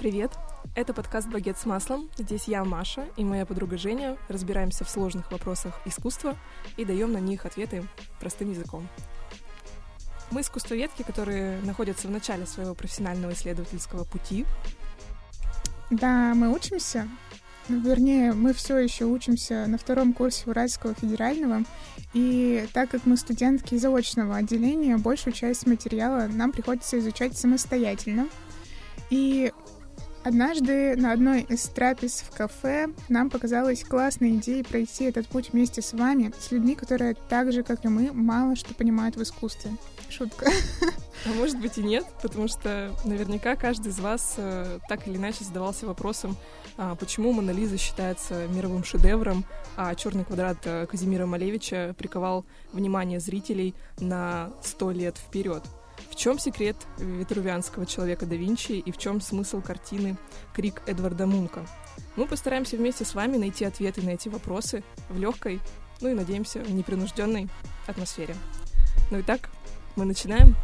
Привет! Это подкаст «Багет с маслом». Здесь я, Маша, и моя подруга Женя разбираемся в сложных вопросах искусства и даем на них ответы простым языком. Мы искусствоведки, которые находятся в начале своего профессионального исследовательского пути. Да, мы учимся. Вернее, мы все еще учимся на втором курсе Уральского федерального. И так как мы студентки заочного отделения, большую часть материала нам приходится изучать самостоятельно. И однажды на одной из трапез в кафе нам показалась классная идея пройти этот путь вместе с вами, с людьми, которые так же, как и мы, мало что понимают в искусстве. Шутка. А может быть и нет, потому что наверняка каждый из вас так или иначе задавался вопросом, почему «Мона Лиза» считается мировым шедевром, а «Черный квадрат» Казимира Малевича приковал внимание зрителей на 100 лет вперед. В чем секрет витрувианского человека да Винчи и в чем смысл картины «Крик» Эдварда Мунка? Мы постараемся вместе с вами найти ответы на эти вопросы в легкой, и, надеемся, в непринужденной атмосфере. Итак, мы начинаем.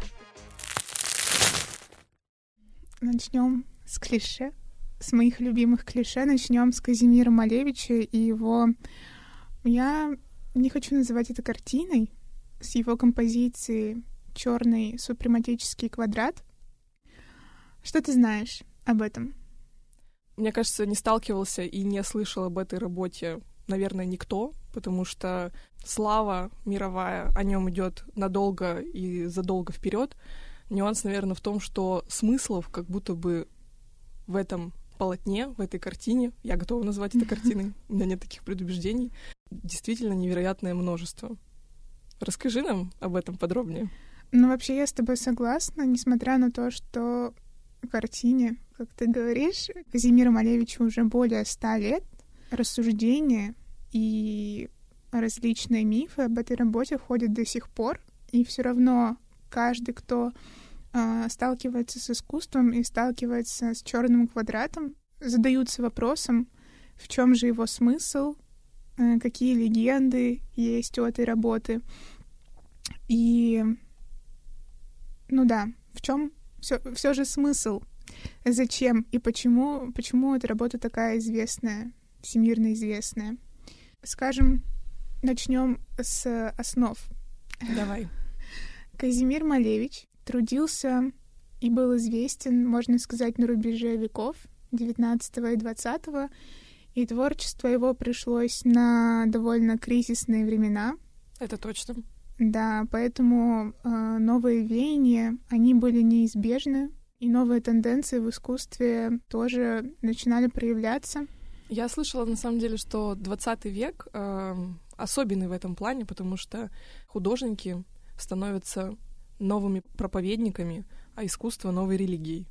Начнем с клише, с моих любимых клише. Начнем с Казимира Малевича и его... Я не хочу называть это картиной, с его композицией «Черный супрематический квадрат». Что ты знаешь об этом? Мне кажется, не сталкивался и не слышал об этой работе, наверное, никто, потому что слава мировая о нем идет надолго и задолго вперед. Нюанс, наверное, в том, что смыслов как будто бы в этом полотне, в этой картине, я готова назвать это картиной, у меня нет таких предубеждений, действительно невероятное множество. Расскажи нам об этом подробнее. Вообще я с тобой согласна, несмотря на то, что в картине, как ты говоришь, Казимиру Малевичу уже более 100 лет, рассуждения и различные мифы об этой работе ходят до сих пор, и все равно каждый, кто сталкивается с искусством и сталкивается с черным квадратом, задаются вопросом, в чем же его смысл, какие легенды есть у этой работы. И, в чем все же смысл, зачем и почему эта работа такая известная, всемирно известная. Скажем, начнем с основ. Давай. Казимир Малевич трудился и был известен, можно сказать, на рубеже веков 19 и 20, и творчество его пришлось на довольно кризисные времена. Это точно. Да, поэтому новые веяния, они были неизбежны, и новые тенденции в искусстве тоже начинали проявляться. Я слышала, на самом деле, что 20 век особенный в этом плане, потому что художники становятся новыми проповедниками, а искусство — новой религией.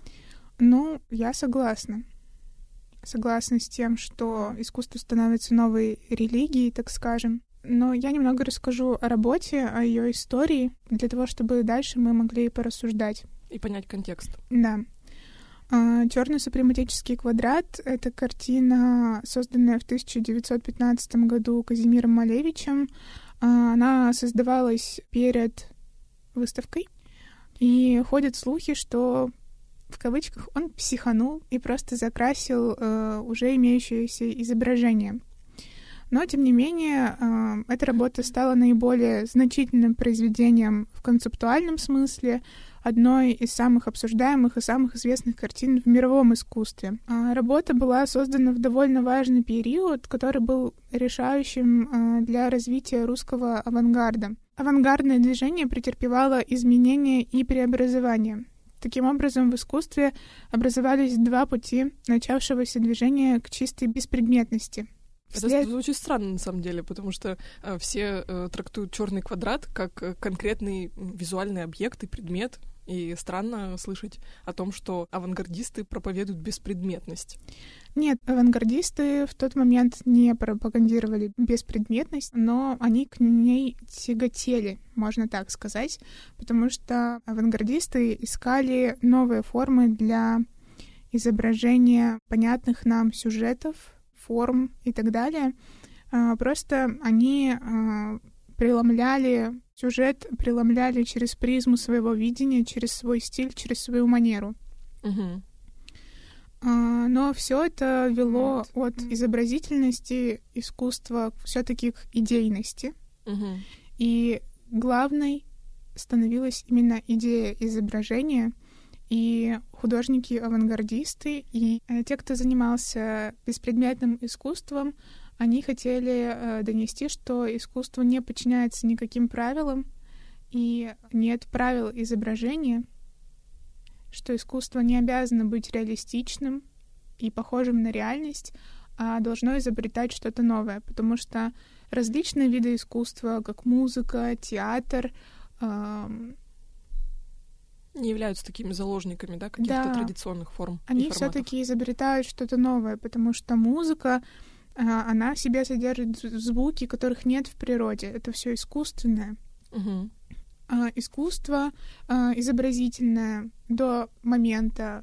Я согласна. Согласна с тем, что искусство становится новой религией, так скажем. Но я немного расскажу о работе, о ее истории, для того, чтобы дальше мы могли порассуждать. И понять контекст. Да. «Черный супрематический квадрат» — это картина, созданная в 1915 году Казимиром Малевичем. Она создавалась перед выставкой, и ходят слухи, что, в кавычках, он психанул и просто закрасил уже имеющееся изображение. Но, тем не менее, эта работа стала наиболее значительным произведением в концептуальном смысле, одной из самых обсуждаемых и самых известных картин в мировом искусстве. Работа была создана в довольно важный период, который был решающим для развития русского авангарда. Авангардное движение претерпевало изменения и преобразования. Таким образом, в искусстве образовались два пути начавшегося движения к чистой беспредметности. Это звучит странно, на самом деле, потому что все трактуют черный квадрат как конкретный визуальный объект и предмет, и странно слышать о том, что авангардисты проповедуют беспредметность. Нет, авангардисты в тот момент не пропагандировали беспредметность, но они к ней тяготели, можно так сказать, потому что авангардисты искали новые формы для изображения понятных нам сюжетов, форм и так далее. Просто они преломляли сюжет, преломляли через призму своего видения, через свой стиль, через свою манеру. Угу. Но все это вело от изобразительности искусства все-таки к идейности. И главной становилась именно идея изображения, и художники-авангардисты, и те, кто занимался беспредметным искусством, они хотели донести, что искусство не подчиняется никаким правилам, и нет правил изображения, что искусство не обязано быть реалистичным и похожим на реальность, а должно изобретать что-то новое, потому что различные виды искусства, как музыка, театр, не являются такими заложниками, да, каких-то традиционных форм. Они все-таки изобретают что-то новое, потому что музыка, она в себе содержит звуки, которых нет в природе. Это все искусственное. Искусство изобразительное до момента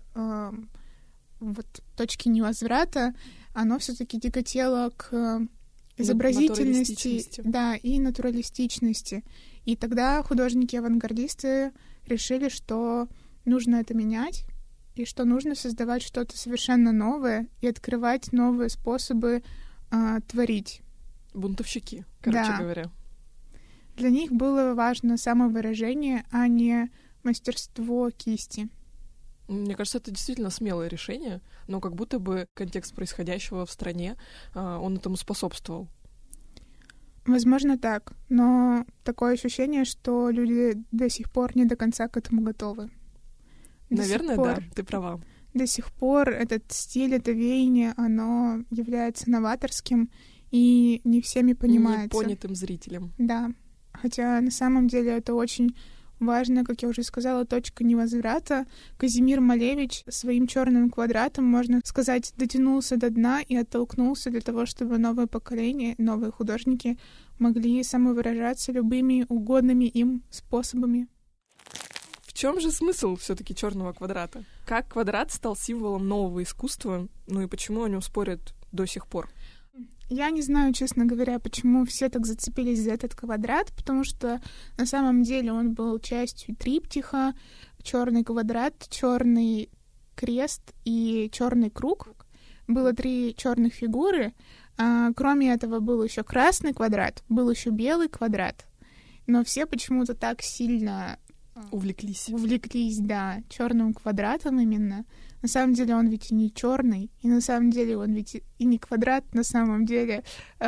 вот точки невозврата, оно все-таки тяготело к изобразительности, да, и натуралистичности. И тогда художники-авангардисты решили, что нужно это менять, и что нужно создавать что-то совершенно новое и открывать новые способы творить. Бунтовщики, короче говоря. Для них было важно самовыражение, а не мастерство кисти. Мне кажется, это действительно смелое решение, но как будто бы контекст происходящего в стране, он этому способствовал. Возможно, так, но такое ощущение, что люди до сих пор не до конца к этому готовы. Наверное, да, ты права. До сих пор этот стиль, это веяние, оно является новаторским и не всеми понимается. Непонятым зрителем. Да. Хотя на самом деле это очень важно, как я уже сказала, точка невозврата. Казимир Малевич своим черным квадратом, можно сказать, дотянулся до дна и оттолкнулся для того, чтобы новое поколение, новые художники могли самовыражаться любыми угодными им способами. В чем же смысл все-таки черного квадрата? Как квадрат стал символом нового искусства? Ну и почему о нем спорят до сих пор? Я не знаю, честно говоря, почему все так зацепились за этот квадрат, потому что на самом деле он был частью триптиха: черный квадрат, черный крест и черный круг. Было 3 черных фигуры. Кроме этого был еще красный квадрат, был еще белый квадрат. Но все почему-то так сильно увлеклись, да, черным квадратом именно. На самом деле он ведь и не черный, и на самом деле он ведь и не квадрат, на самом деле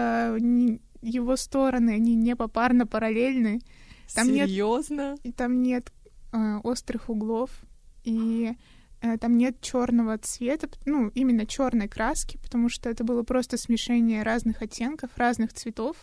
его стороны, они не попарно параллельны. Серьезно? Там нет острых углов, и там нет черного цвета, ну, именно черной краски, потому что это было просто смешение разных оттенков, разных цветов,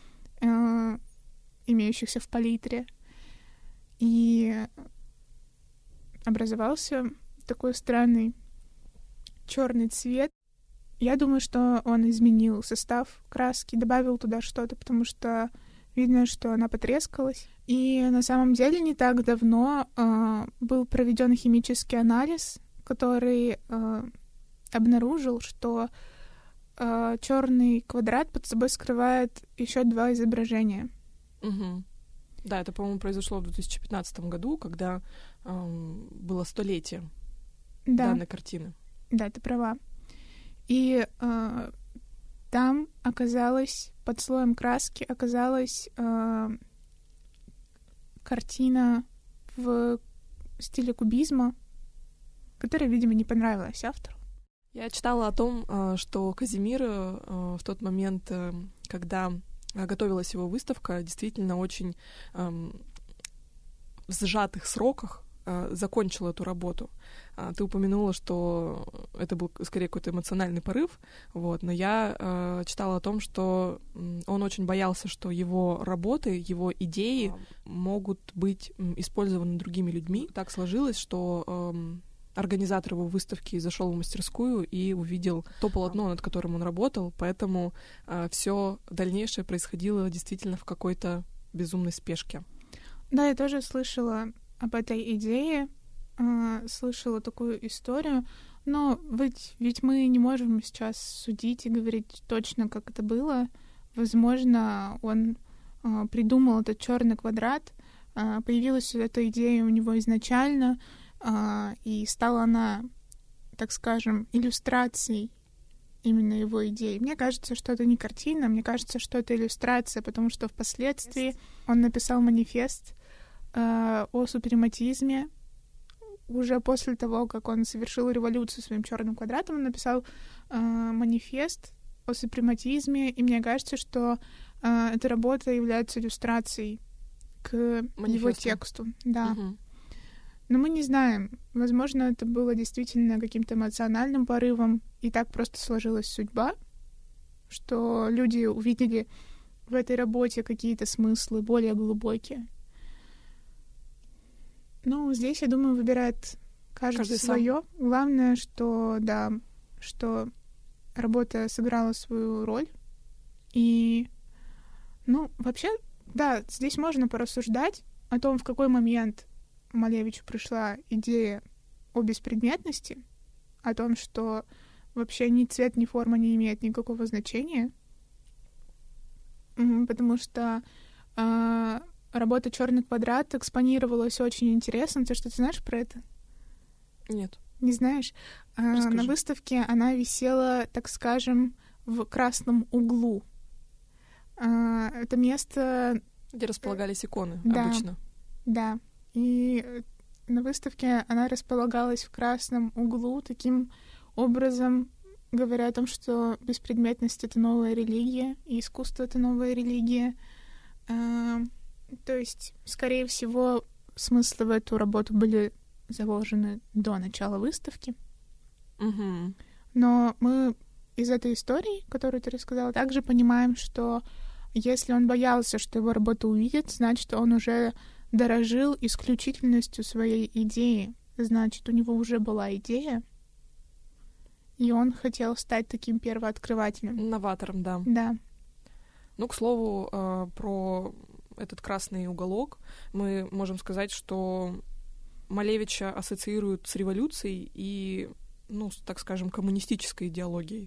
имеющихся в палитре. И образовался такой странный черный цвет. Я думаю, что он изменил состав краски, добавил туда что-то, потому что видно, что она потрескалась. И на самом деле не так давно был проведен химический анализ, который обнаружил, что черный квадрат под собой скрывает еще 2 изображения. Угу. Да, это, по-моему, произошло в 2015 году, когда было 100-летие данной картины. Да, ты права. И там оказалась, под слоем краски оказалась картина в стиле кубизма, которая, видимо, не понравилась автору. Я читала о том, что Казимир в тот момент, когда готовилась его выставка, действительно очень в сжатых сроках закончил эту работу. Ты упомянула, что это был скорее какой-то эмоциональный порыв, вот, но я читала о том, что он очень боялся, что его работы, его идеи могут быть использованы другими людьми. Так сложилось, что организатор его выставки зашел в мастерскую и увидел то полотно, над которым он работал, поэтому все дальнейшее происходило действительно в какой-то безумной спешке. Да, я тоже слышала об этой идее, слышала такую историю, но ведь мы не можем сейчас судить и говорить точно, как это было. Возможно, он придумал этот черный квадрат, появилась эта идея у него изначально, и стала она так скажем, иллюстрацией именно его идей. Мне кажется, что это не картина, мне кажется, что это иллюстрация, потому что впоследствии он написал манифест о супрематизме. Уже после того, как он совершил революцию своим черным квадратом, он написал манифест о супрематизме, и мне кажется, что эта работа является иллюстрацией к его тексту. Да. Угу. Но мы не знаем. Возможно, это было действительно каким-то эмоциональным порывом, и так просто сложилась судьба, что люди увидели в этой работе какие-то смыслы более глубокие. Ну, здесь, я думаю, выбирает каждый свое. Главное, что, да, что работа сыграла свою роль. И, ну, вообще, да, здесь можно порассуждать о том, в какой момент Малевичу пришла идея о беспредметности, о том, что вообще ни цвет, ни форма не имеет никакого значения, потому что работа «Черный квадрат» экспонировалась очень интересно. Ты что-то знаешь про это? Нет. Не знаешь? На выставке она висела, так скажем, в красном углу. Это место... Где располагались иконы обычно. Да. Да. И на выставке она располагалась в красном углу, таким образом говоря о том, что беспредметность — это новая религия, и искусство — это новая религия. То есть, скорее всего, смыслы в эту работу были заложены до начала выставки. Угу. Но мы из этой истории, которую ты рассказала, также понимаем, что если он боялся, что его работу увидят, значит, он уже дорожил исключительностью своей идеи. Значит, у него уже была идея, и он хотел стать таким первооткрывателем. Новатором, да. Да. Ну, к слову, про этот красный уголок мы можем сказать, что Малевича ассоциируют с революцией и, ну, так скажем, коммунистической идеологией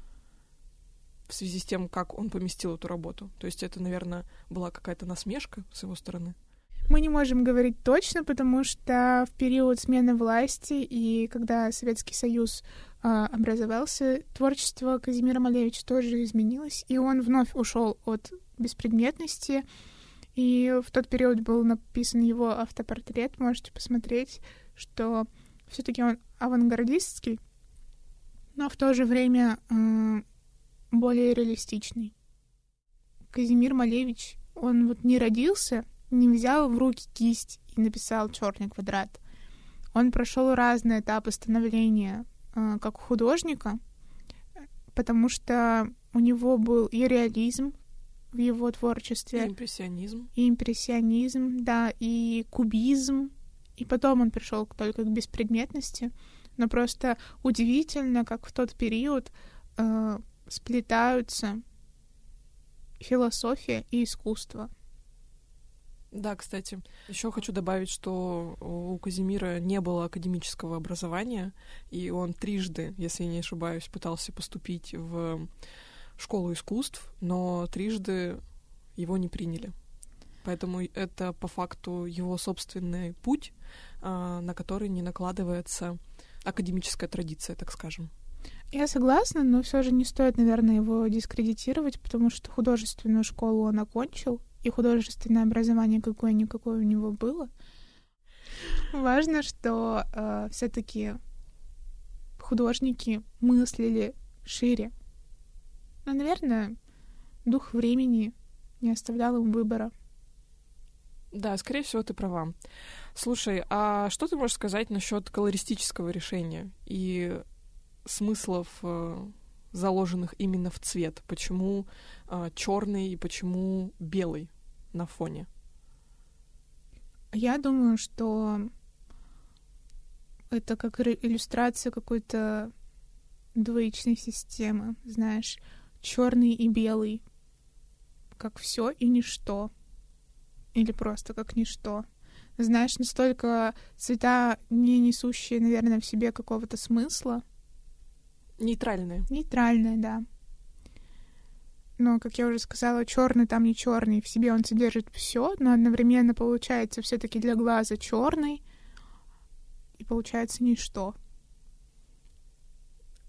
в связи с тем, как он поместил эту работу. То есть это, наверное, была какая-то насмешка с его стороны. Мы не можем говорить точно, потому что в период смены власти и когда Советский Союз образовался, творчество Казимира Малевича тоже изменилось, и он вновь ушел от беспредметности. И в тот период был написан его автопортрет, можете посмотреть, что все-таки он авангардистский, но в то же время более реалистичный. Казимир Малевич, он вот не родился, не взял в руки кисть и написал «Черный квадрат». Он прошел разные этапы становления как художника, потому что у него был и реализм в его творчестве. И импрессионизм, да, и кубизм. И потом он пришел только к беспредметности. Но просто удивительно, как в тот период сплетаются философия и искусство. Да, кстати, еще хочу добавить, что у Казимира не было академического образования, и он трижды, если я не ошибаюсь, пытался поступить в школу искусств, но трижды его не приняли. Поэтому это по факту его собственный путь, на который не накладывается академическая традиция, так скажем. Я согласна, но все же не стоит, наверное, его дискредитировать, потому что художественную школу он окончил, и художественное образование какое-никакое у него было. Важно, что все-таки художники мыслили шире. Но, наверное, дух времени не оставлял им выбора. Да, скорее всего, ты права. Слушай, а что ты можешь сказать насчет колористического решения и смыслов, заложенных именно в цвет? Почему черный и почему белый на фоне? Я думаю, что это как иллюстрация какой-то двоичной системы, знаешь, черный и белый, как все и ничто, или просто как ничто. Знаешь, настолько цвета, не несущие, наверное, в себе какого-то смысла. Нейтральные. Нейтральные, да. Но, как я уже сказала, черный там не черный, в себе он содержит все, но одновременно получается все-таки для глаза черный, и получается ничто.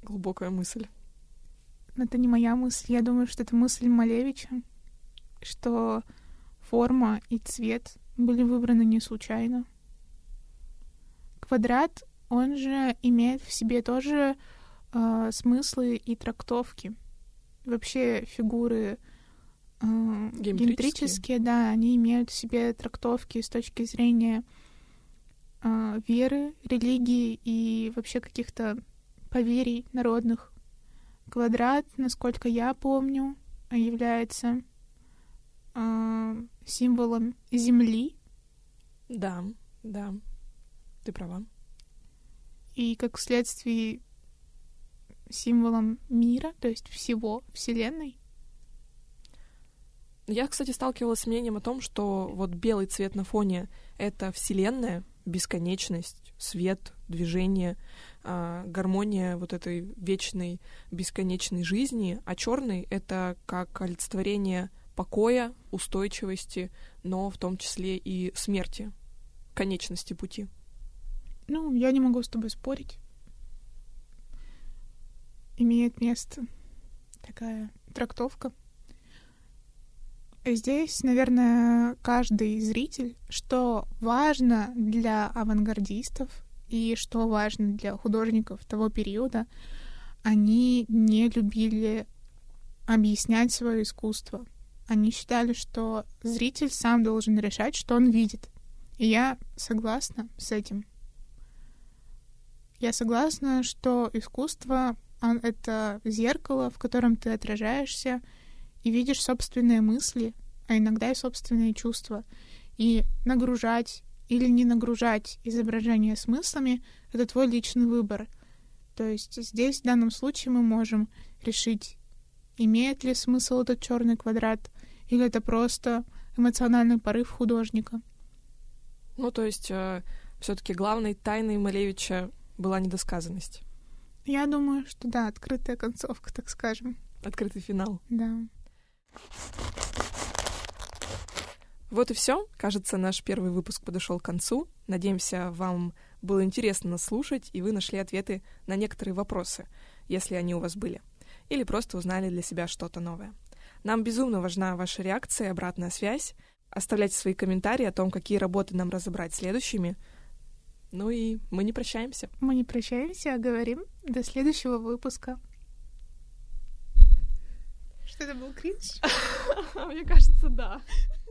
Глубокая мысль. Это не моя мысль. Я думаю, что это мысль Малевича, что форма и цвет были выбраны не случайно. Квадрат, он же имеет в себе тоже смыслы и трактовки. Вообще фигуры геометрические, да, они имеют в себе трактовки с точки зрения веры, религии и вообще каких-то поверий народных. Квадрат, насколько я помню, является символом Земли. Да, да, ты права. И как следствие символом мира, то есть всего, Вселенной. Я, кстати, сталкивалась с мнением о том, что вот белый цвет на фоне — это Вселенная, бесконечность, свет, движение, гармония вот этой вечной, бесконечной жизни, а черный — это как олицетворение покоя, устойчивости, но в том числе и смерти, конечности пути. Ну, я не могу с тобой спорить. Имеет место такая трактовка. Здесь, наверное, каждый зритель, что важно для авангардистов и что важно для художников того периода, они не любили объяснять свое искусство. Они считали, что зритель сам должен решать, что он видит. И я согласна с этим. Я согласна, что искусство — это зеркало, в котором ты отражаешься и видишь собственные мысли, а иногда и собственные чувства. И нагружать или не нагружать изображение смыслами — это твой личный выбор. То есть здесь, в данном случае, мы можем решить, имеет ли смысл этот черный квадрат, или это просто эмоциональный порыв художника. Ну, то есть все-таки главной тайной Малевича была недосказанность. Я думаю, что да, открытая концовка, так скажем. Открытый финал. Да. Вот и все. Кажется, наш первый выпуск подошел к концу. Надеемся, вам было интересно нас слушать, и вы нашли ответы на некоторые вопросы, если они у вас были. Или просто узнали для себя что-то новое. Нам безумно важна ваша реакция и обратная связь. Оставляйте свои комментарии о том, какие работы нам разобрать следующими. Ну и мы не прощаемся. Мы не прощаемся, а говорим до следующего выпуска. Что это был кринж? Мне кажется, да.